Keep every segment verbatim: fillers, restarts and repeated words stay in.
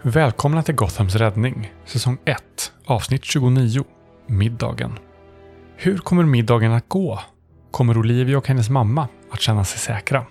Välkomna till Gothams räddning, säsong ett, avsnitt tjugonio, middagen. Hur kommer middagen att gå? Kommer Olivia och hennes mamma att känna sig säkra?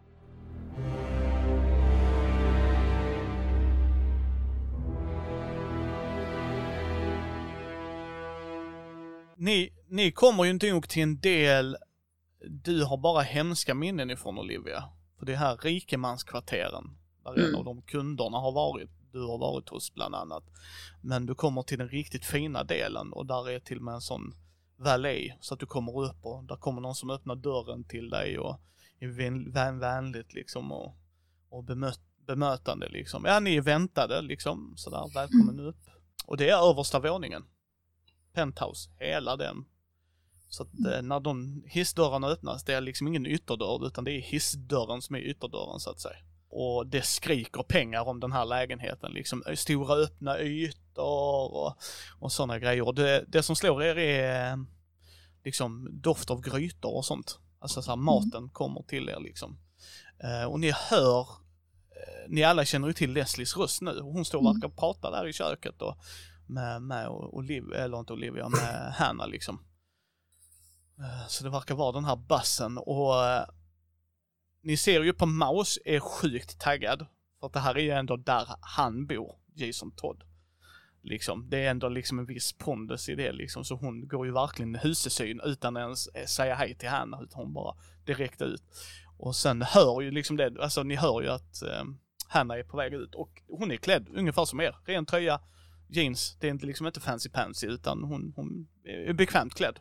Ni, ni kommer ju inte nog till en del du har bara hemska minnen ifrån, Olivia. För det här rikemanskvarteren, där mm. en av de kunderna har varit, du har varit hos bland annat. Men du kommer till den riktigt fina delen och där är till och med en sån valet så att du kommer upp och där kommer någon som öppnar dörren till dig och är vän, vän, vänligt liksom och, och bemöt, bemötande liksom. Ja, ni är väntade liksom, sådär, välkommen mm. upp. Och det är översta våningen. Penthouse, hela den. Så att eh, när de hissdörrarna öppnas, det är liksom ingen ytterdörr utan det är hissdörren som är ytterdörren så att säga. Och det skriker pengar om den här lägenheten, liksom stora öppna ytor och, och sådana grejer. Och det, det som slår er är liksom doft av grytor och sånt. Alltså så här, maten kommer till er liksom. Eh, och ni hör, eh, ni alla känner ju till Leslies röst nu. Hon står och verkar prata där i köket och med, med Olivia, eller inte Olivia, med Hannah liksom. Så det verkar vara den här bassen och uh, ni ser ju på Mouse är sjukt taggad för att det här är ju ändå där han bor, Jason Todd. Liksom, det är ändå liksom en viss pondus i det liksom, så hon går ju verkligen husesyn utan ens säga hej till Hannah utan hon bara direkt ut. Och sen hör ju liksom det, alltså ni hör ju att uh, Hannah är på väg ut och hon är klädd ungefär som er, ren tröja, jeans, det är inte liksom inte fancy pansy utan hon, hon är bekvämt klädd.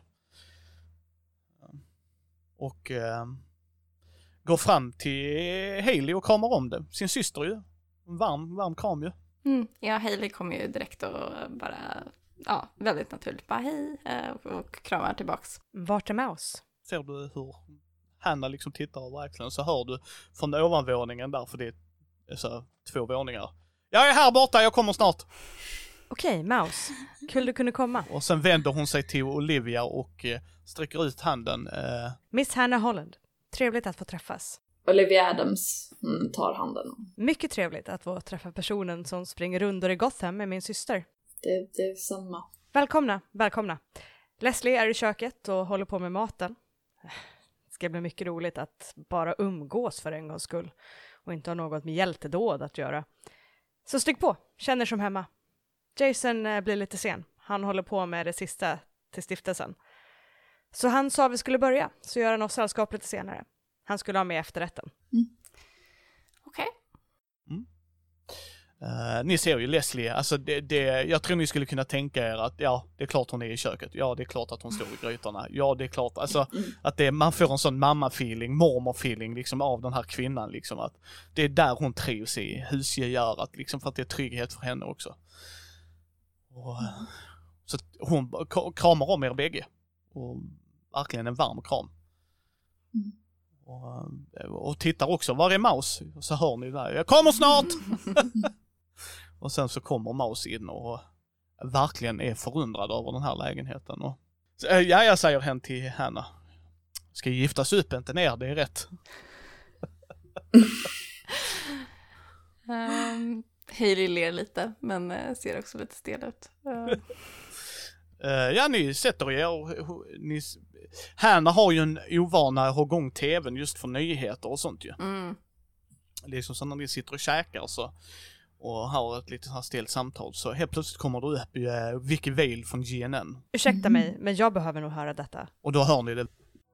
Och eh, går fram till Hailey och kramar om det. Sin syster ju. En varm, varm kram ju. Mm, ja, Hailey kommer ju direkt och bara, ja, väldigt naturligt. Bara hej och, och kramar tillbaks. Vart är Mouse? Ser du hur Hannah liksom tittar över axeln så hör du från ovanvåningen där, för det är så två våningar. Jag är här borta, jag kommer snart. Okej, Mouse. Kul du kunde komma. Och sen vänder hon sig till Olivia och eh, sträcker ut handen. Eh. Miss Hannah Holland. Trevligt att få träffas. Olivia Adams mm, tar handen. Mycket trevligt att få träffa personen som springer runt i Gotham med min syster. Det, det är samma. Välkomna, välkomna. Leslie är i köket och håller på med maten. Det ska bli mycket roligt att bara umgås för en gångs skull. Och inte ha något med hjältedåd att göra. Så stig på, känner som hemma. Jason blir lite sen. Han håller på med det sista till stiftelsen. Så han sa vi skulle börja. Så gör han oss sällskap lite senare. Han skulle ha med efterrätten. Mm. Okej. Okay. Mm. Uh, ni ser ju Leslie. Alltså det, det, jag tror ni skulle kunna tänka er att ja, det är klart hon är i köket. Ja, det är klart att hon står i grytorna. Ja, det är klart. Alltså mm. att det, man får en sån mamma-feeling, mormor-feeling liksom av den här kvinnan. Liksom, att det är där hon trivs i husgörat. Liksom, för att det är trygghet för henne också. Och, så hon kramar om er bägge och verkligen en varm kram. Mm. Och, och tittar också, var är Mouse? Och så hör ni där, jag kommer snart! Och sen så kommer Mouse in och verkligen är förundrad över den här lägenheten. Och, så, ja, jag säger hen till Hannah. Ska giftas upp, inte ner, det är rätt. um... Hailey ler lite, men uh, ser också lite stel ut. Uh. uh, ja, ni sätter er. Och, ni, Hannah har ju en ovana att ha igång tvn just för nyheter och sånt ju. Mm. Det är som så när ni sitter och käkar så, och har ett lite så här stelt samtal så helt plötsligt kommer det upp uh, Vicky Vale från G N N. Ursäkta mig, men jag behöver nog höra detta. Och då hör ni det.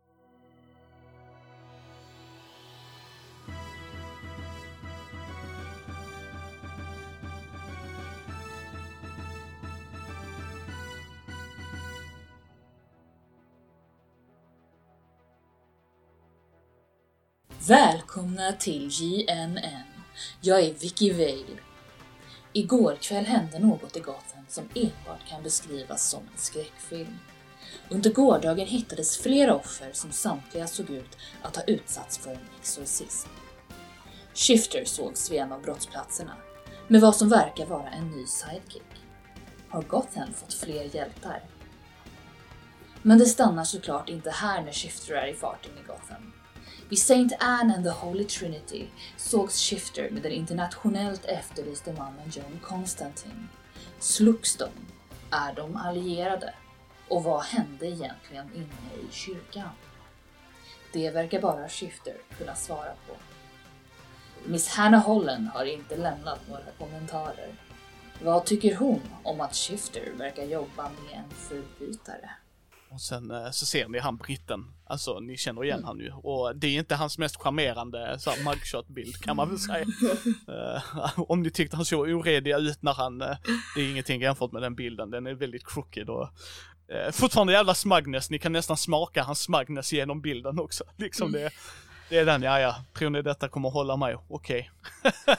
Välkomna till G N N. Jag är Vicky Vale. Igår kväll hände något i Gotham som enbart kan beskrivas som en skräckfilm. Under gårdagen hittades flera offer som samtliga såg ut att ha utsatts för en exorcism. Shifter sågs vid en av brottsplatserna, med vad som verkar vara en ny sidekick. Har Gotham fått fler hjältar? Men det stannar såklart inte här när Shifter är i farten i Gotham. Vid Saint Anne and the Holy Trinity sågs Shifter med den internationellt efterlyste mannen John Constantine. Slogs de? Är de allierade? Och vad hände egentligen inne i kyrkan? Det verkar bara Shifter kunna svara på. Miss Hannah Holland har inte lämnat några kommentarer. Vad tycker hon om att Shifter verkar jobba med en förbrytare? Och sen så ser ni han britten. Alltså ni känner igen mm. han ju. Och det är inte hans mest charmerande så här, mugshot-bild kan man väl säga. uh, om ni tyckte han såg orediga ut när han... Uh, det är ingenting jämfört med den bilden. Den är väldigt crooked och... Uh, fortfarande jävla smugness. Ni kan nästan smaka hans smugness genom bilden också. Liksom mm. det, det är den, ja ja. Tror ni detta kommer hålla mig? Okej. Okay.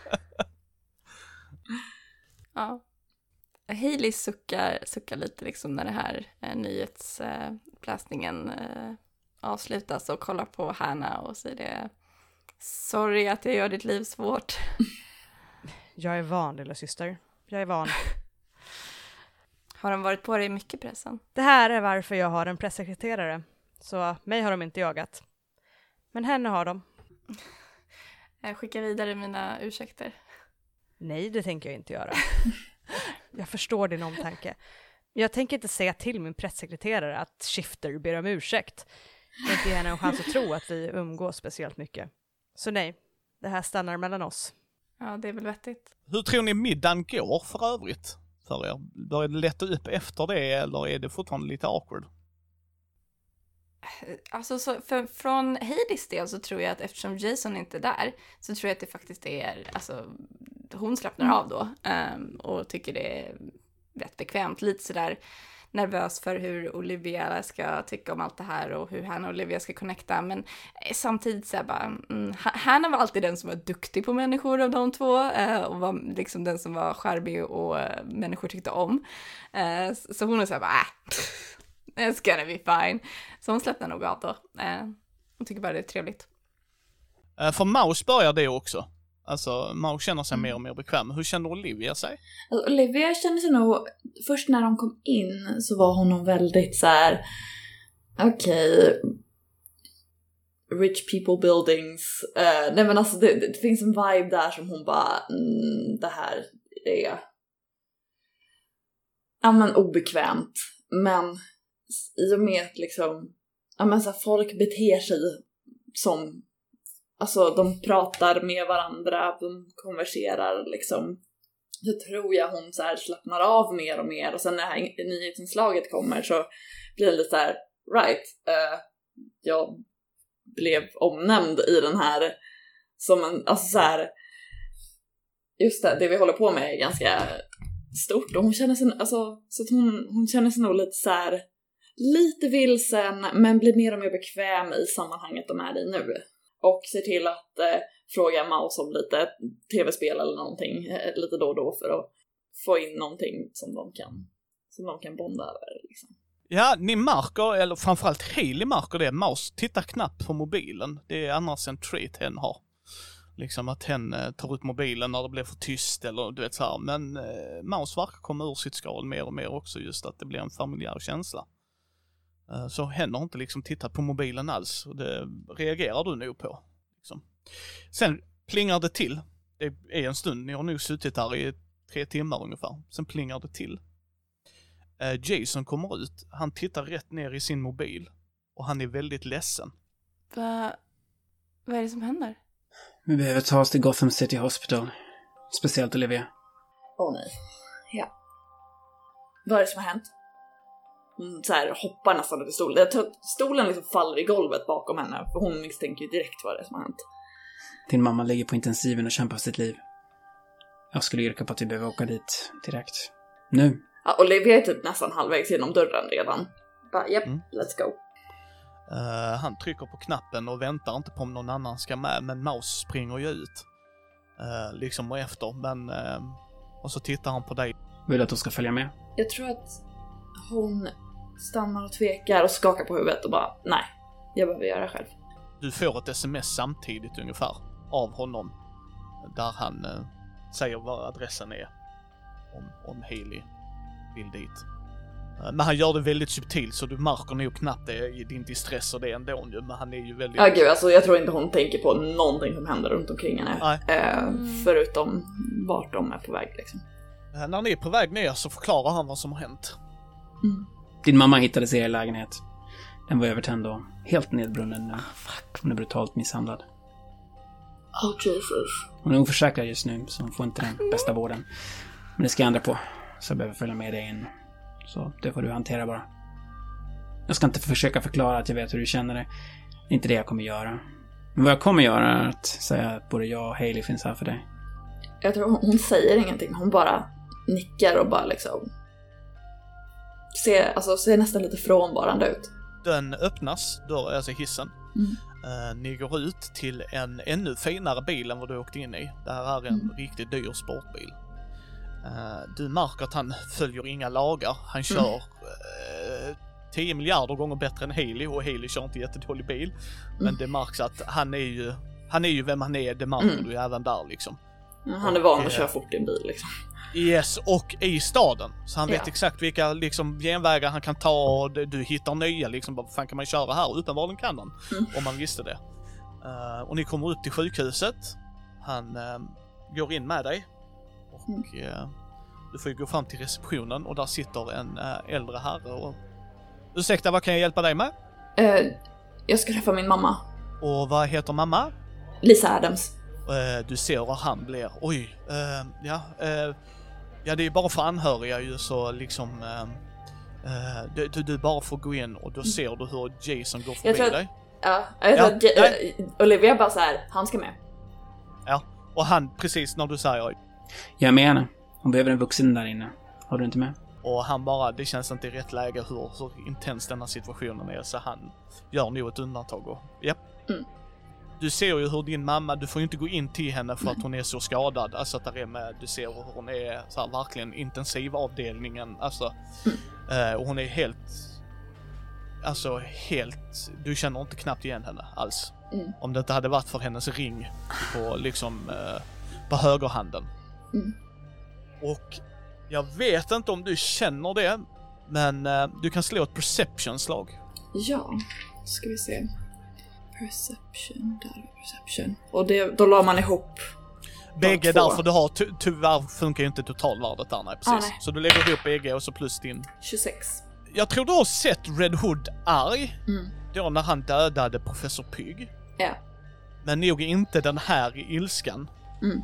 Ja. Hailey suckar, suckar lite liksom när det här eh, nyhetsläsningen eh, avslutas och kollar på Hannah och säger det. Sorry att jag gör ditt liv svårt. Jag är van, lilla syster. Jag är van. Har de varit på dig mycket pressen? Det här är varför jag har en pressekreterare. Så mig har de inte jagat. Men henne har de. Jag skickar vidare mina ursäkter. Nej, det tänker jag inte göra. Jag förstår din omtanke. Jag tänker inte säga till min pressekreterare att Shifter ber om ursäkt. Jag inte ge henne en chans att tro att vi umgås speciellt mycket. Så nej, det här stannar mellan oss. Ja, det är väl vettigt. Hur tror ni middagen går för övrigt? För er? Börjar det lätta upp efter det eller är det fortfarande lite awkward? Alltså så för, från Haileys del så tror jag att eftersom Jason inte är där så tror jag att det faktiskt är, alltså hon slappnar mm. av då um, och tycker det är rätt bekvämt, lite sådär nervös för hur Olivia ska tycka om allt det här och hur Hannah och Olivia ska connecta, men samtidigt så här bara, mm, Hannah var alltid den som var duktig på människor av de två uh, och var liksom den som var charmig och uh, människor tyckte om, uh, så hon är så här bara, äh. It's gonna be fine. Så hon släppte nog av då. Eh, hon tycker bara det är trevligt. Eh, för Mouse börjar det också. Alltså, Mouse känner sig mm. mer och mer bekväm. Hur känner Olivia sig? Alltså, Olivia känner sig nog... Först när de kom in så var hon nog väldigt så här... Okej... Okay, rich people buildings. Uh, nej men alltså, det, det finns en vibe där som hon bara... Mm, det här är... Ja men obekvämt. Men... i och med att liksom, ja men så här, folk beter sig som, alltså de pratar med varandra, de konverserar liksom, så tror jag hon så här slappnar av mer och mer, och sen när det här nyhetsinslaget kommer så blir det lite så här, right, uh, jag blev omnämnd i den här som en, alltså så här, just det, det vi håller på med är ganska stort, och hon känner sig, alltså, så att hon, hon känner sig nog lite så här lite vilsen, men blir mer och mer bekväm i sammanhanget de är i nu. Och ser till att eh, fråga Mouse om lite tv-spel eller någonting eh, lite då och då för att få in någonting som de kan, som de kan bonda över. Liksom. Ja, ni märker, eller framförallt Hailey märker det. Mouse tittar knappt på mobilen. Det är annars en trait hen har. Liksom att hen eh, tar ut mobilen när det blir för tyst eller du vet så här. Men eh, Mouse verkar komma ur sitt skal mer och mer också, just att det blir en familjär känsla. Så hen har inte liksom tittat på mobilen alls. Och det reagerar du nog på. Liksom. Sen plingar det till. Det är en stund. Ni har nog suttit här i tre timmar ungefär. Sen plingar det till. Jason kommer ut. Han tittar rätt ner i sin mobil. Och han är väldigt ledsen. Va? Vad är det som händer? Vi behöver ta oss till Gotham City Hospital. Speciellt Olivia. Åh oh, nej. Ja. Vad är det som har hänt? Hon så här hoppar nästan över stolen. Jag tror att stolen liksom faller i golvet bakom henne. För hon misstänker ju direkt vad det är som har hänt. Din mamma ligger på intensiven och kämpar för sitt liv. Jag skulle yrka på att vi behöver åka dit direkt. Nu. Ja, Olivia är typ nästan halvvägs genom dörren redan. Bara, japp, mm. let's go. Uh, han trycker på knappen och väntar inte på om någon annan ska med. Men Mouse springer ju ut. Uh, liksom och efter. Men, uh, och så tittar han på dig. Vill du att du ska följa med? Jag tror att hon stannar och tvekar och skakar på huvudet och bara, nej, jag behöver göra det själv. Du får ett sms samtidigt ungefär av honom. Där han uh, säger vad adressen är. Om, om Hailey vill dit. Men han gör det väldigt subtilt så du märker nog knappt det i din distress och det ändå ju, men han är ju väldigt... Ja gud, alltså jag tror inte hon tänker på någonting som händer runt omkring henne. Eh, förutom vart de är på väg liksom. När ni är på väg ner så förklarar han vad som har hänt. Mm. Din mamma hittades i er lägenhet. Den var övertänd och helt nedbrunnen nu. Hon är brutalt misshandlad. Oh Jesus. Hon är oförsäkrad just nu, så hon får inte den bästa vården. Men det ska jag ändra på. Så jag behöver följa med dig in. Så det får du hantera bara. Jag ska inte försöka förklara att jag vet hur du känner det. Det är inte det jag kommer göra. Men vad jag kommer göra är att säga att både jag och Hailey finns här för dig. Jag tror hon, hon säger ingenting. Hon bara nickar och bara liksom... Ser, alltså, ser nästan lite frånvarande ut. Den öppnas, dörr, alltså hissen. Mm. Uh, ni går ut till en ännu finare bil än vad du åkte in i. Det här är en Mm. riktigt dyr sportbil. Uh, du märker att han följer inga lagar. Han kör uh, tio miljarder gånger bättre än Hailey, och Hailey kör inte jättedålig bil. Men Mm. det märks att han är ju han är ju vem han är, det märker Mm. du även där liksom. Han är van Och, att köra fort i en bil liksom. Yes, och i staden. Så han vet Ja. exakt vilka liksom genvägar han kan ta, och du hittar nya liksom. Vad fan kan man köra här? Uppenbarligen kan han. Mm. Om man visste det. Uh, och ni kommer upp till sjukhuset. Han uh, går in med dig. Och Mm. uh, du får ju gå fram till receptionen, och där sitter en uh, äldre herre och... Ursäkta, vad kan jag hjälpa dig med? Eh, jag ska träffa min mamma. Och vad heter mamma? Lisa Adams. Uh, du ser hur han blir. Oj, uh, ja. Uh, ja, det är bara för anhöriga ju, så liksom... Uh, uh, du, du, du bara får gå in, och då ser du hur Jason går förbi Jag tror att- dig. Ja, jag Ja, tror att J- äh, Olivia bara så här, han ska med. Ja, och han precis när du säger... Jag är med henne. Hon behöver en vuxen där inne. Har du inte med? Och han bara, det känns inte i rätt läge hur, hur intens denna situationen är, så han gör nog ett undantag. Och, ja. Mm. Du ser ju hur din mamma, du får ju inte gå in till henne för att hon är så skadad. Alltså att där är med, du ser hur hon är så här, verkligen intensivavdelningen. Alltså, mm. eh, och hon är helt, alltså helt, du känner inte knappt igen henne alls. Mm. Om det inte hade varit för hennes ring på liksom, eh, på högerhanden. Mm. Och jag vet inte om du känner det, men eh, du kan slå ett perception-slag. Ja, ska vi se. Perception, där är perception. Och det, då la man ihop Bägge två. därför du har, ty- tyvärr funkar ju inte totalvärdet där, nej precis. Ah, nej. Så du lägger ihop bägge och så plus din. tjugosex. Jag tror du har sett Red Hood arg, Mm. då när han dödade Professor Pygg. Ja. Men nog inte den här ilskan. Mm.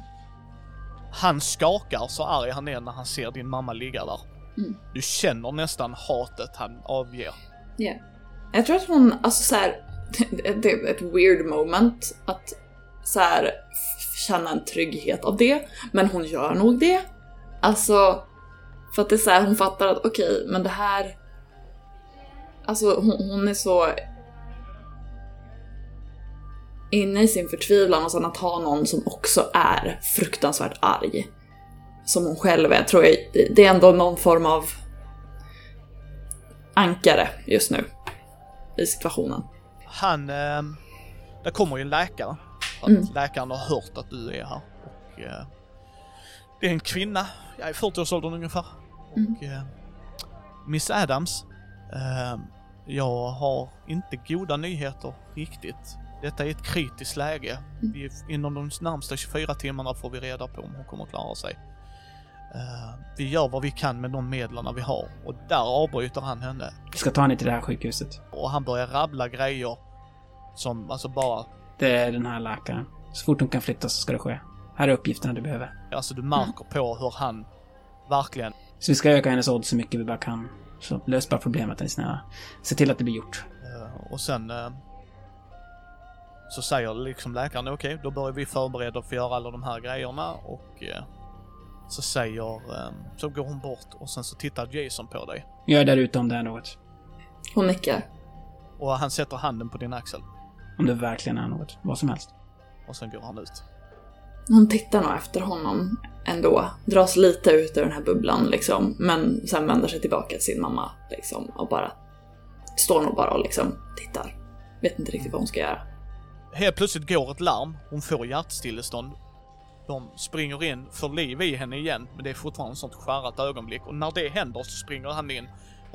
Han skakar så arg han är när han ser din mamma ligga där. Mm. Du känner nästan hatet han avger. Ja. Jag tror att hon, alltså så här, det är ett weird moment att så här f- känna en trygghet av det, men hon gör nog det. Alltså, för att det är så här, hon fattar att okej, okay, men det här, alltså hon, hon är så inne i sin förtvivlan, och sen att ha någon som också är fruktansvärt arg som hon själv är, tror jag, det är ändå någon form av ankare just nu i situationen. Han, eh, där kommer ju en läkare. Att Mm. läkaren har hört att du är här. Och eh, det är en kvinna, jag är fyrtioårsåldern ungefär. Mm. Och eh, Miss Adams, eh, jag har inte goda nyheter riktigt. Detta är ett kritiskt läge. Vi, inom de närmsta tjugofyra timmarna får vi reda på om hon kommer att klara sig. Uh, vi gör vad vi kan med de medlen vi har. Och där avbryter han henne. Vi ska ta henne till det här sjukhuset. Och han börjar rabbla grejer som alltså bara... Det är den här läkaren. Så fort hon kan flytta så ska det ske. Här är uppgifterna du behöver. Alltså du märker på hur han verkligen... Så vi ska öka hennes odds så mycket vi bara kan. Så lös bara problemet, är snälla. Se till att det blir gjort. Uh, och sen... Uh, så säger liksom läkaren, okej, okay, då börjar vi förbereda för att göra alla de här grejerna. Och uh, så säger... Um, så går hon bort och sen så tittar Jason på dig. Jag är där ute om det är något. Hon nickar. Och han sätter handen på din axel. Om det verkligen är något. Vad som helst. Och sen går han ut. Hon tittar nog efter honom ändå. Dras lite ut ur den här bubblan liksom. Men sen vänder sig tillbaka till sin mamma liksom. Och bara står nog bara och liksom tittar. Vet inte riktigt vad hon ska göra. Helt plötsligt går ett larm. Hon får hjärtstillestånd. De springer in, får liv i henne igen. Men det är fortfarande ett sånt skärrat ögonblick. Och när det händer så springer han in.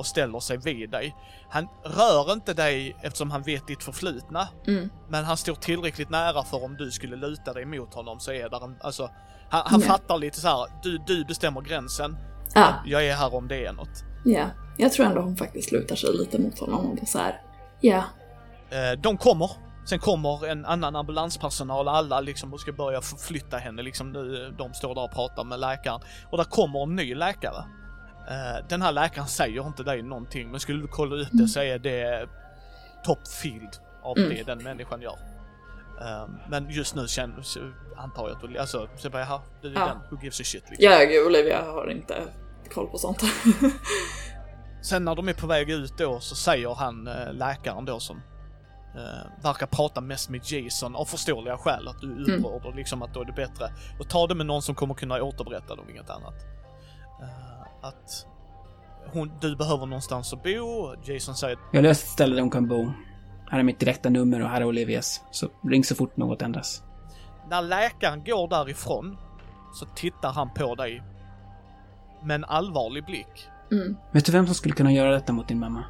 och ställer sig vid dig. Han rör inte dig eftersom han vet ditt förflutna. Mm. Men han står tillräckligt nära för om du skulle luta dig mot honom så är där en, alltså, han, han Ja. fattar lite så här, du, du bestämmer gränsen. Ja. Jag är här om det är något. Ja, jag tror ändå hon faktiskt lutar sig lite mot honom och bara så här. Ja. Eh, de kommer. Sen kommer en annan ambulanspersonal, alla liksom, och ska börja förflytta henne. Liksom nu, de står där och pratar med läkaren. Och där kommer en ny läkare. Eh, den här läkaren säger inte dig någonting, men skulle du kolla upp det så är det top field av Mm. det den människan gör. Eh, men just nu känns, antar jag att du, alltså, så bara, jaha, du är Ja. den, who gives a shit liksom. Ja, gud, Olivia har inte koll på sånt. Sen när de är på väg ut då så säger han, äh, läkaren då som äh, verkar prata mest med Jason av förståeliga skäl att du är upprörd och liksom att då är det bättre och ta det med någon som kommer kunna återberätta det om inget annat. Äh, att hon, du behöver någonstans att bo. Jason säger Jag har löst ett ställe där hon kan bo. Här är mitt direkta nummer och här är Olivias. Så ring så fort något ändras. när läkaren går därifrån så tittar han på dig med en allvarlig blick. Mm. Vet du vem som skulle kunna göra detta mot din mamma?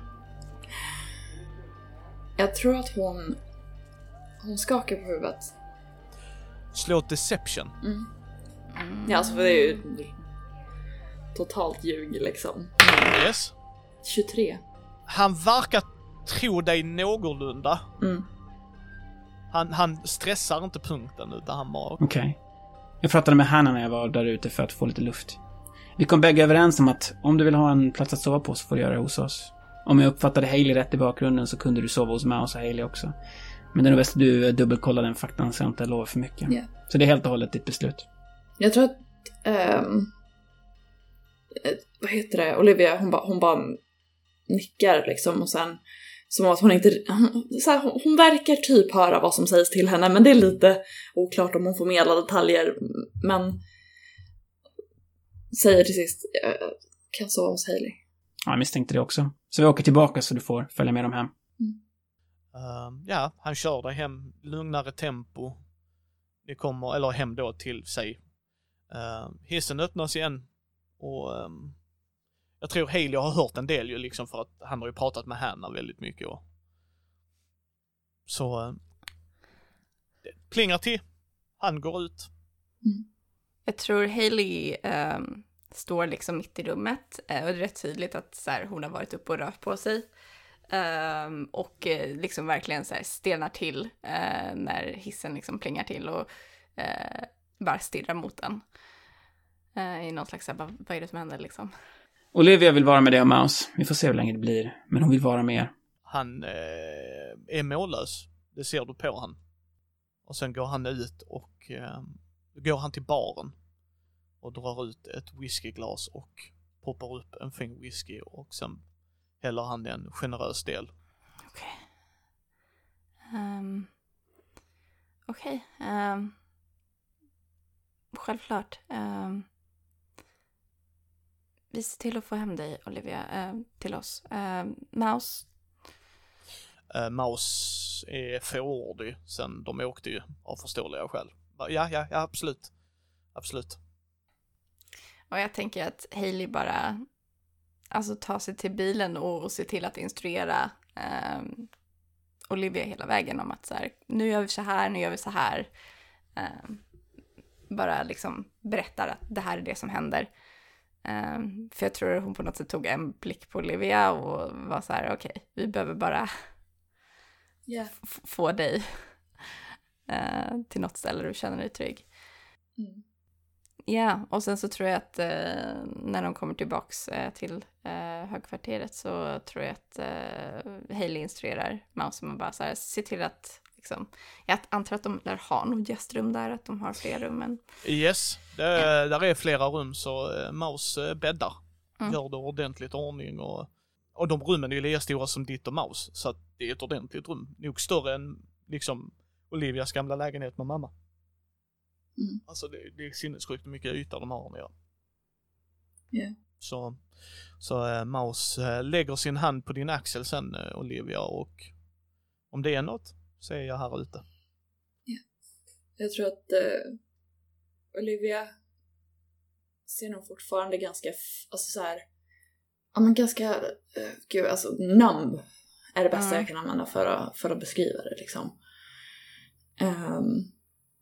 Jag tror att hon... Hon skakar på huvudet. Slå ett deception. Mm. Ja, alltså för det är ju totalt ljug liksom. Yes. tjugotre. Han verkar tro dig någorlunda. Mm. Han, han stressar inte punkten utan han bara... Okej. Okay. Jag pratade med Hanna när jag var där ute för att få lite luft. Vi kom bägge överens om att om du vill ha en plats att sova på så får du göra det hos oss. Om jag uppfattade Hailey rätt i bakgrunden så kunde du sova hos Mouse och Hailey också. Men det är nog bäst att du dubbelkollar den faktan så jag inte lovar för mycket. Yeah. Så det är helt och hållet ditt beslut. Jag tror att... Um, vad heter det? Olivia, hon bara hon bara nickar liksom och sen... Som att hon inte... Så här, hon, hon verkar typ höra vad som sägs till henne, men det är lite oklart om hon får med alla detaljer. Men... Säger till sist, jag kan sova hos Hailey. Ja, jag misstänkte det också. Så vi åker tillbaka så du får följa med dem hem. Mm. Uh, ja, han kör dig hem, lugnare tempo. Ni kommer, eller hem då till sig. Uh, hissen öppnas igen och um, jag tror Hailey har hört en del ju liksom för att han har ju pratat med Hanna väldigt mycket. Och... Så uh, det plingar till. Han går ut. Mm. Jag tror Hailey um, står liksom mitt i rummet uh, och det är rätt tydligt att så här, hon har varit uppe och rört på sig. Um, och uh, liksom verkligen så här, stelnar till uh, när hissen liksom plingar till och uh, bara stirrar mot den. Uh, I någon slags, så här, vad, vad är det som händer liksom? Olivia vill vara med dig och Mouse. Vi får se hur länge det blir. Men hon vill vara med er. Han eh, är mållös. Det ser du på han. Och sen går han ut och eh, går han till baren och drar ut ett whiskyglas och poppar upp en fin whisky och sen häller han en generös del. Okej. Okay. Um, Okej. Okay. Um, självklart. Um, vi ser till att få hem dig, Olivia, uh, till oss. Uh, Mouse. Uh, Mouse är fåordig sen de åkte ju av förståeliga skäl. Ja, ja, ja, absolut. Absolut. Och jag tänker att Hailey bara alltså tar sig till bilen och, och ser till att instruera um, Olivia hela vägen om att så här, nu gör vi så här, nu gör vi så här. Um, bara liksom berättar att det här är det som händer. Um, för jag tror hon på något sätt tog en blick på Olivia och var så här, okej, okay, vi behöver bara yeah. f- få dig uh, till något ställe där du känner dig trygg. Mm. Ja, och sen så tror jag att eh, när de kommer tillbaks eh, till eh, högkvarteret så tror jag att eh, Hailey instruerar Mouse om att bara så här, se till att liksom, jag antar att de lär ha något gästrum där, att de har fler rum. Men... Yes, det, ja. Där är flera rum så eh, Mouse bäddar. Mm. Gör det ordentligt ordning och, och de rummen är ju lika stora som ditt och Mouse så att det är ett ordentligt rum. Nog större än liksom Olivias gamla lägenhet med mamma. Mm. Alltså det, det är sinnessjukt hur mycket yta de har med. Yeah. Så, så äh, Mouse äh, lägger sin hand på din axel sen äh, Olivia och om det är något så är jag här ute. Yeah. Jag tror att äh, Olivia ser nog fortfarande ganska f- alltså så här ja, men ganska, uh, gud, alltså numb är det bästa Mm. jag kan använda för att, för att beskriva det liksom. Um,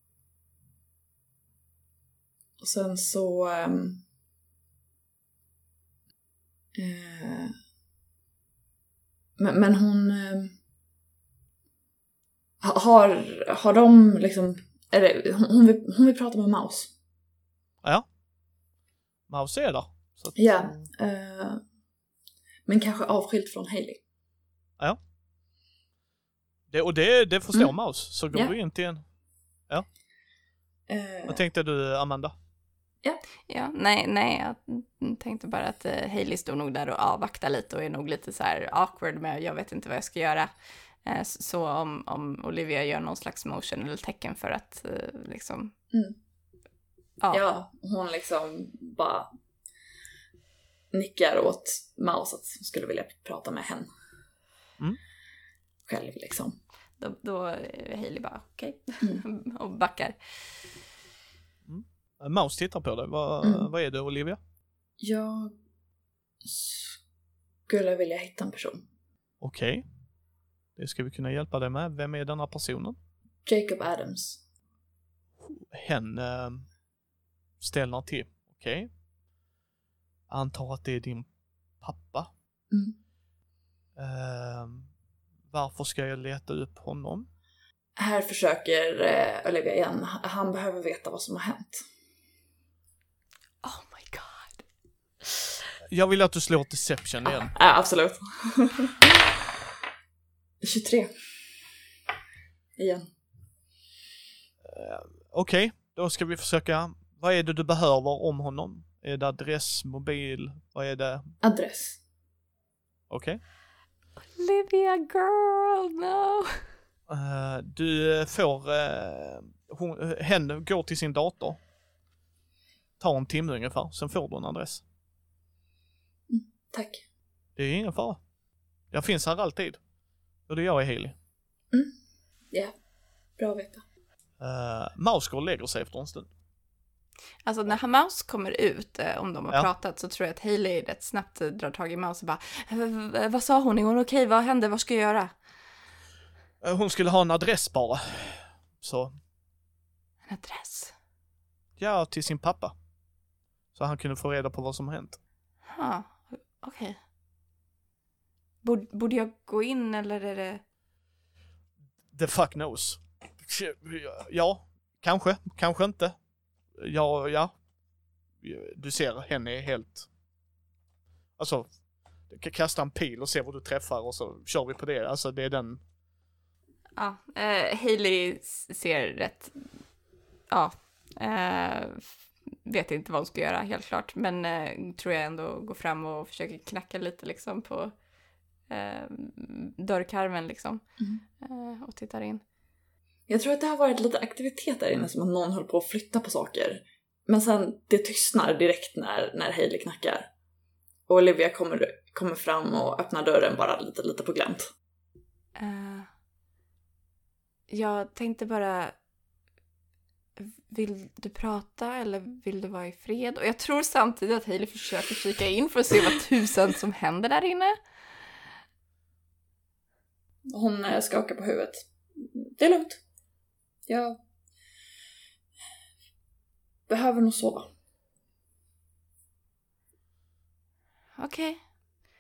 och sen så um, uh, men, men hon um, har, har de liksom, eller hon, hon, vill, hon vill prata med Mouse. Ja. Mouse är där. Så att, Ja, uh, men kanske avskilt från Hailey. Ja. Det, och det, det förstår Mm. Mouse. Så går Ja. du in till en... Ja. Uh, Vad tänkte du, Amanda? Ja, nej, nej, jag tänkte bara att uh, Hailey står nog där och avvaktar lite och är nog lite så här awkward med jag vet inte vad jag ska göra. Uh, så om, om Olivia gör någon slags motion eller tecken för att uh, liksom... Mm. Ja. Ja, hon liksom bara nickar åt Mouse att hon skulle vilja prata med henne. Mm. Själv liksom. Då, då är Hailey bara okej Mm. och backar. Mouse tittar på dig. Vad, Mm. vad är det, Olivia? Jag skulle vilja hitta en person. Okej. Det ska vi kunna hjälpa dig med. Vem är denna personen? Jacob Adams. Hen äh, ställer till. Okej. Antar att det är din pappa. Mm. Äh, varför ska jag leta upp honom? Här försöker eh, Olivia igen. Han behöver veta vad som har hänt. Oh my god. Jag vill att du slår deception igen. Ja, absolut. tjugotre. Igen. Okej, då ska vi försöka. Vad är det du behöver om honom? Är det adress, mobil? Vad är det? Adress. Okej. Olivia girl, no. Uh, du får... Uh, hon, hen går till sin dator. Tar en timme ungefär, sen får du en adress. Mm, tack. Det är ingen fara. Jag finns här alltid. Och det är jag är Hailey. Mm. Ja, yeah. Bra att veta. Uh, Mouse går och lägger sig efter en stund. Alltså när Mouse kommer ut, eh, om de har Ja. pratat, så tror jag att Hailey rätt snabbt eh, drar tag i Mouse och bara "Eh, vad sa hon? Är hon okej? Vad hände? Vad ska jag göra? Uh, hon skulle ha en adress bara. Så, En adress? ja, till sin pappa. Så han kunde få reda på vad som har hänt. Ja, okej. Borde, borde jag gå in eller är det... The fuck knows. Ja, kanske, kanske inte. Ja, ja. Du ser, henne är helt... Alltså, kasta en pil och se vad du träffar och så kör vi på det. Alltså, det är den... Ja, eh, Hailey s- ser rätt... Ja, eh, vet inte vad hon ska göra helt klart. Men eh, tror jag ändå går fram och försöker knacka lite liksom på eh, dörrkarmen liksom. Mm. Eh, och tittar in. Jag tror att det har varit lite aktivitet där inne, som att någon höll på att flytta på saker. Men sen det tystnar direkt när, när Hailey knackar. Och Olivia kommer, kommer fram och öppnar dörren bara lite, lite på glänt. Uh, jag tänkte bara... Vill du prata eller vill du vara i fred? Och jag tror samtidigt att Hailey försöker kika in för att se vad tusen som händer där inne. Hon eh, skakar på huvudet. Det är lugnt. Jag behöver nog sova. Okej. Okay.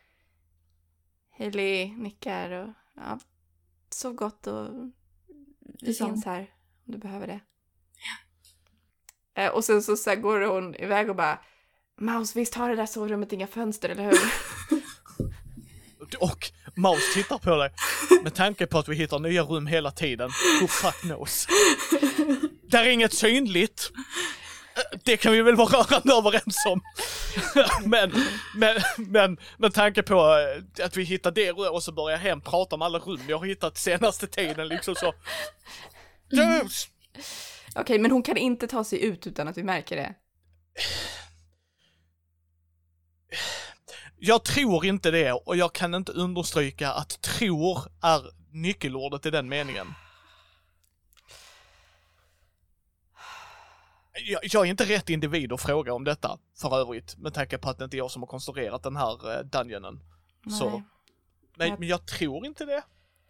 Hailey nickar och ja, sov gott och vi Detsamma. finns här om du behöver det. Ja. Eh, och sen så, så här, går hon iväg och bara Mouse, visst har det där sovrummet inga fönster, eller hur? Och Mouse tittar på dig. Med tanke på att vi hittar nya rum hela tiden. Who fuck knows? Där är inget synligt. Det kan vi väl vara rörande överens om. men, men, men med tanke på att vi hittar det och så börjar jag hem prata om alla rum jag har hittat senaste tiden liksom så. Okej, okay, men hon kan inte ta sig ut utan att vi märker det. Jag tror inte det och jag kan inte understryka att tror är nyckelordet i den meningen. Jag, jag är inte rätt individ att fråga om detta för övrigt, med tanke på att det inte är jag som har konstruerat den här uh, dungeonen. Nej. Så. Nej, Jag- men jag tror inte det.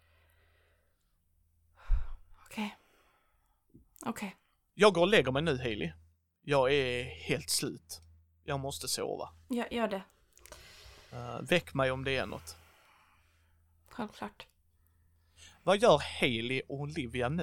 Okej. Okej. Jag går och lägger mig nu, Hailey. Jag är helt slut. Jag måste sova. Gör, gör det. Uh, väck mig om det är något. Självklart. Vad gör Hailey och Olivia nu?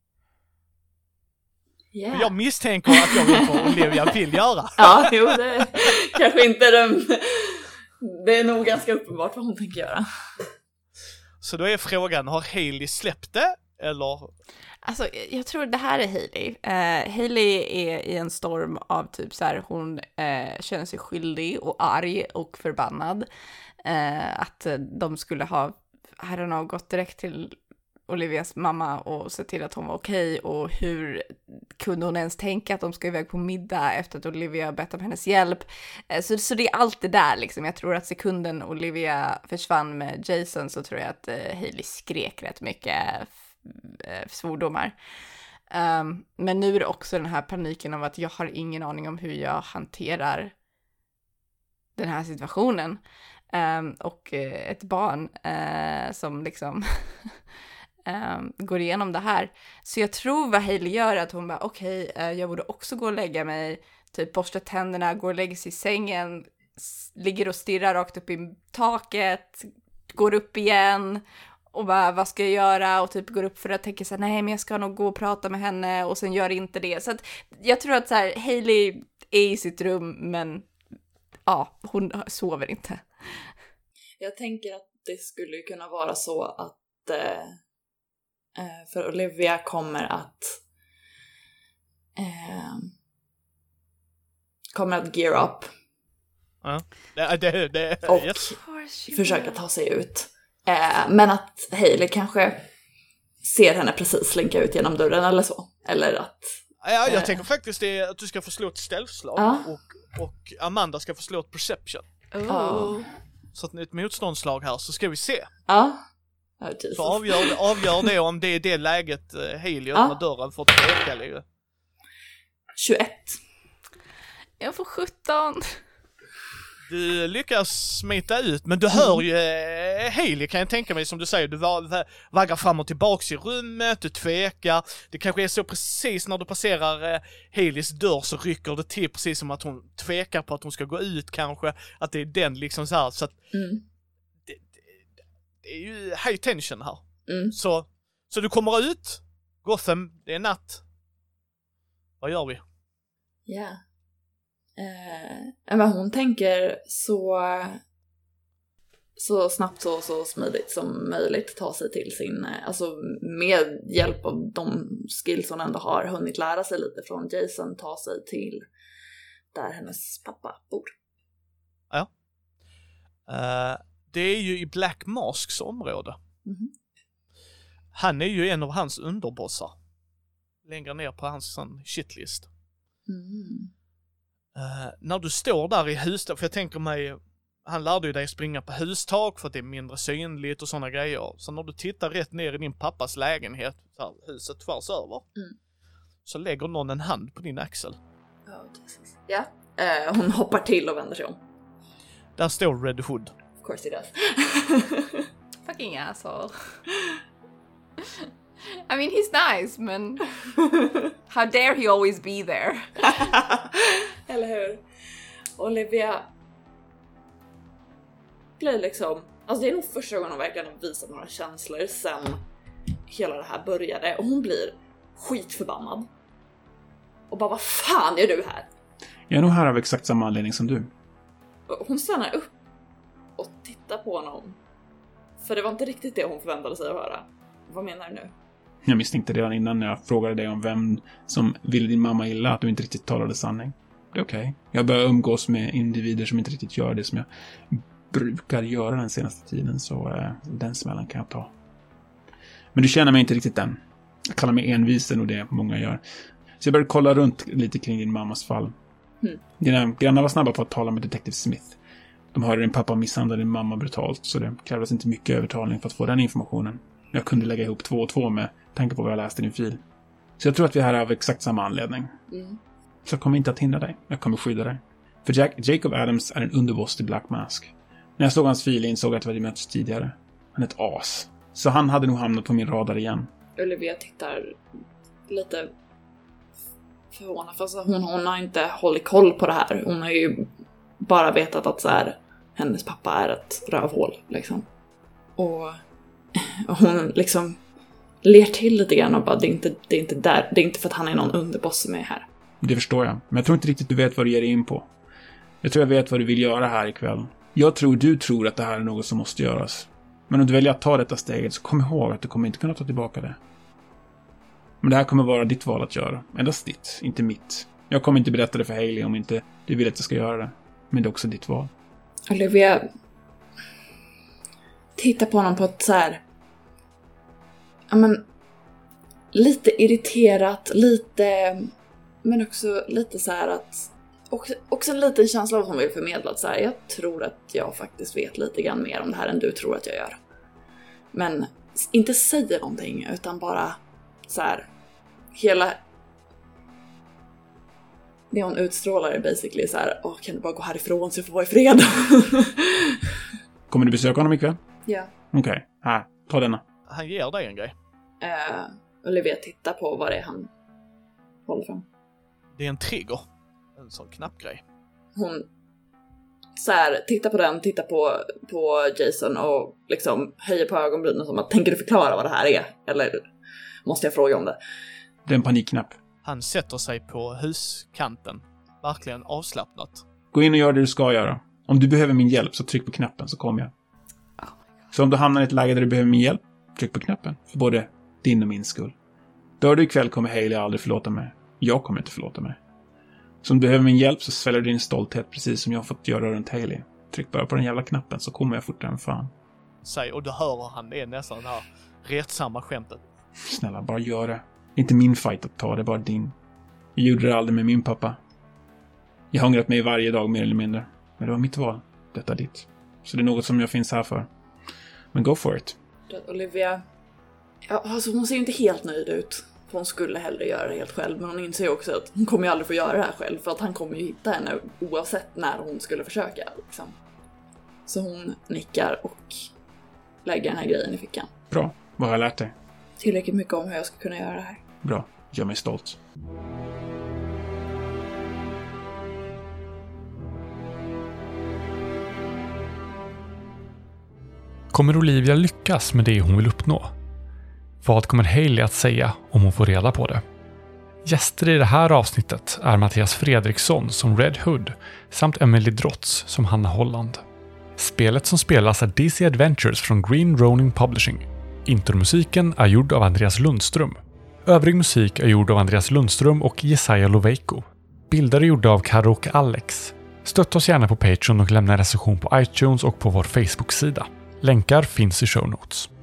Yeah. För jag misstänker att jag vet vad Olivia vill göra. Ja, jo, det är kanske inte den... Det är nog ganska uppenbart vad hon tänker göra. Så då är frågan, har Hailey släppt det? Eller? Alltså, jag tror det här är Hailey. Uh, Hailey är i en storm av typ så här, hon uh, känner sig skyldig och arg och förbannad. Uh, att uh, de skulle ha, I don't know, gått direkt till Olivias mamma och sett till att hon var okej, och hur kunde hon ens tänka att de ska iväg på middag efter att Olivia bett om hennes hjälp. Uh, så, så det är allt det där liksom. Jag tror att sekunden Olivia försvann med Jason så tror jag att uh, Hailey skrek rätt mycket svordomar. Um, men nu är det också den här paniken av att jag har ingen aning om hur jag hanterar den här situationen. Um, och uh, ett barn uh, som liksom um, går igenom det här. Så jag tror vad Hailey gör är att hon bara okej, okay, uh, jag borde också gå och lägga mig, typ borsta tänderna, går och lägger sig i sängen, s- ligger och stirrar rakt upp i taket, går upp igen och bara, vad ska jag göra? Och typ går upp för att tänka så här, nej men jag ska nog gå och prata med henne, och sen gör inte det. Så att jag tror att så här, Hailey är i sitt rum, men ja, hon sover inte. Jag tänker att det skulle kunna vara så att eh, för Olivia kommer att eh, kommer att gear up Ja. Det, det, det, och yes. försöka ta sig ut. Eh, men att Hailey kanske ser henne precis slinka ut genom dörren eller så. Eller att... Ja, jag eh, tänker faktiskt det är att du ska få slå ett stealth-slag Ja. och, och Amanda ska få slå ett perception. Oh. Så att det är ett motståndslag här, så ska vi se. Ja. Ja, Jesus. Så avgör, avgör det om det är det läget uh, Hailey öppnar Ja. dörren för att tveka lite. tjugoett. Jag får sjutton. Du lyckas smita ut, men du hör ju eh, Hailey, kan jag tänka mig, som du säger, du va- va- vaggar fram och tillbaks i rummet, du tvekar. Det kanske är så precis när du passerar eh, Haileys dörr så rycker det till, precis som att hon tvekar på att hon ska gå ut kanske, att det är den liksom så här, så att Mm. det, det, det är ju high tension här. Mm. Så, så du kommer ut, Gotham, det är natt. Vad gör vi? Ja. Eh, men hon tänker så så snabbt och så smidigt som möjligt ta sig till sin, eh, alltså med hjälp av de skills hon ändå har hunnit lära sig lite från Jason, ta sig till där hennes pappa bor. Ja. Uh, det är ju i Black Masks område. Mhm. Han är ju en av hans underbossar. Längre ner på hans sån shitlist. Mm. Uh, när du står där i hustak, för jag tänker mig, han lärde ju dig springa på hustak för att det är mindre synligt och såna grejer. Så när du tittar rätt ner i din pappas lägenhet, så här, huset tvärs över, Mm. så lägger någon en hand på din axel. Oh, Jesus. Ja. Eh, hon hoppar till och vänder sig om. Där står Red Hood. Of course he does. Fucking asshole. I mean, he's nice, men how dare he always be there? Eller hur? Olivia blir liksom, alltså det är nog första gången hon verkligen visar några känslor sen hela det här började, och hon blir skitförbannad. Och bara, vad fan är du här? Jag är nog här av exakt samma anledning som du. Och hon stannar upp och tittar på honom. För det var inte riktigt det hon förväntade sig att höra. Vad menar du nu? Jag misstänkte redan innan när jag frågade dig om vem som ville din mamma illa att du inte riktigt talade sanning. Det är okej. Okay. Jag börjar umgås med individer som inte riktigt gör det som jag brukar göra den senaste tiden, så eh, den smällen kan jag ta. Men du känner mig inte riktigt än. Jag kallar mig envisen, och det många gör. Så jag började kolla runt lite kring din mammas fall. Mm. Dina grannar var snabba på att tala med Detective Smith. De hörde din pappa misshandla din mamma brutalt, så det krävdes inte mycket övertalning för att få den informationen. Jag kunde lägga ihop två och två med tanke på vad jag läste i din fil. Så jag tror att vi är här av exakt samma anledning. Mm. Så jag kommer inte att hindra dig. Jag kommer skydda dig. För Jack, Jacob Adams är en underboss till Black Mask. När jag såg hans fil insåg jag att vi hade mötts tidigare. Han är ett as. Så han hade nog hamnat på min radar igen. Olivia tittar lite förvånad. För hon, hon har inte hållit koll på det här. Hon har ju bara vetat att så här, hennes pappa är ett rövhål. Liksom. Och, och hon liksom ler till lite grann och bara, det är, inte, det är inte där. Det är inte för att han är någon underboss som är här. Det förstår jag. Men jag tror inte riktigt du vet vad du ger dig in på. Jag tror jag vet vad du vill göra här ikväll. Jag tror du tror att det här är något som måste göras. Men om du väljer att ta detta steget så kom ihåg att du kommer inte kunna ta tillbaka det. Men det här kommer vara ditt val att göra. Endast ditt, inte mitt. Jag kommer inte berätta det för Hailey om inte du vill att jag ska göra det. Men det är också ditt val. Olivia tittar på honom på ett så här, ja men lite irriterat, lite men också lite så här att också, också en liten känsla av att hon vill förmedla att så här, jag tror att jag faktiskt vet lite grann mer om det här än du tror att jag gör. Men inte säger någonting utan bara så här, hela det hon utstrålar är basically så här, åh, kan du bara gå härifrån så jag får vara i fred? Kommer du besöka honom ikväll? Ja. Okej, okay. Här, ta denna. Han ger dig en grej. Uh, Olivia tittar på vad det är han håller fram. Det är en trigger. En sån knappgrej. Hon så här, tittar på den, tittar på, på Jason och liksom höjer på ögonbrynen som att, tänker du förklara vad det här är? Eller måste jag fråga om det? Det är en panikknapp. Han sätter sig på huskanten. Verkligen avslappnat. Gå in och gör det du ska göra. Om du behöver min hjälp så tryck på knappen så kommer jag. Oh så om du hamnar i ett läge där du behöver min hjälp, tryck på knappen. För både din och min skull. Dör du ikväll kommer Hailey aldrig förlåta mig. Jag kommer inte förlåta mig. Så om du behöver min hjälp så sväljer din stolthet precis som jag har fått göra runt Hailey. Tryck bara på den jävla knappen så kommer jag fortare än fan. Säg, och du hör han, det är nästan det här retsamma skämtet. Snälla, bara gör det. Det är inte min fight att ta, det är bara din. Jag gjorde det aldrig med min pappa. Jag har ångrat mig varje dag mer eller mindre. Men det var mitt val. Detta är ditt. Så det är något som jag finns här för. Men go for it. Olivia, ja, alltså hon ser ju inte helt nöjd ut. För hon skulle hellre göra det helt själv. Men hon inser också att hon kommer ju aldrig få göra det här själv. För att han kommer ju hitta henne oavsett när hon skulle försöka. Liksom. Så hon nickar och lägger den här grejen i fickan. Bra, vad har jag lärt dig? Tillräckligt mycket om hur jag ska kunna göra det här. Bra, gör mig stolt. Kommer Olivia lyckas med det hon vill uppnå? Vad kommer Hailey att säga om hon får reda på det? Gäster i det här avsnittet är Mattias Fredriksson som Red Hood samt Emily Drotz som Hanna Holland. Spelet som spelas är D C Adventures från Green Ronin Publishing. Intromusiken är gjord av Andreas Lundström. Övrig musik är gjord av Andreas Lundström och Jesaja Loveiko. Bilder är gjorda av Karo och Alex. Stötta oss gärna på Patreon och lämna en recension på iTunes och på vår Facebook-sida. Länkar finns i show notes.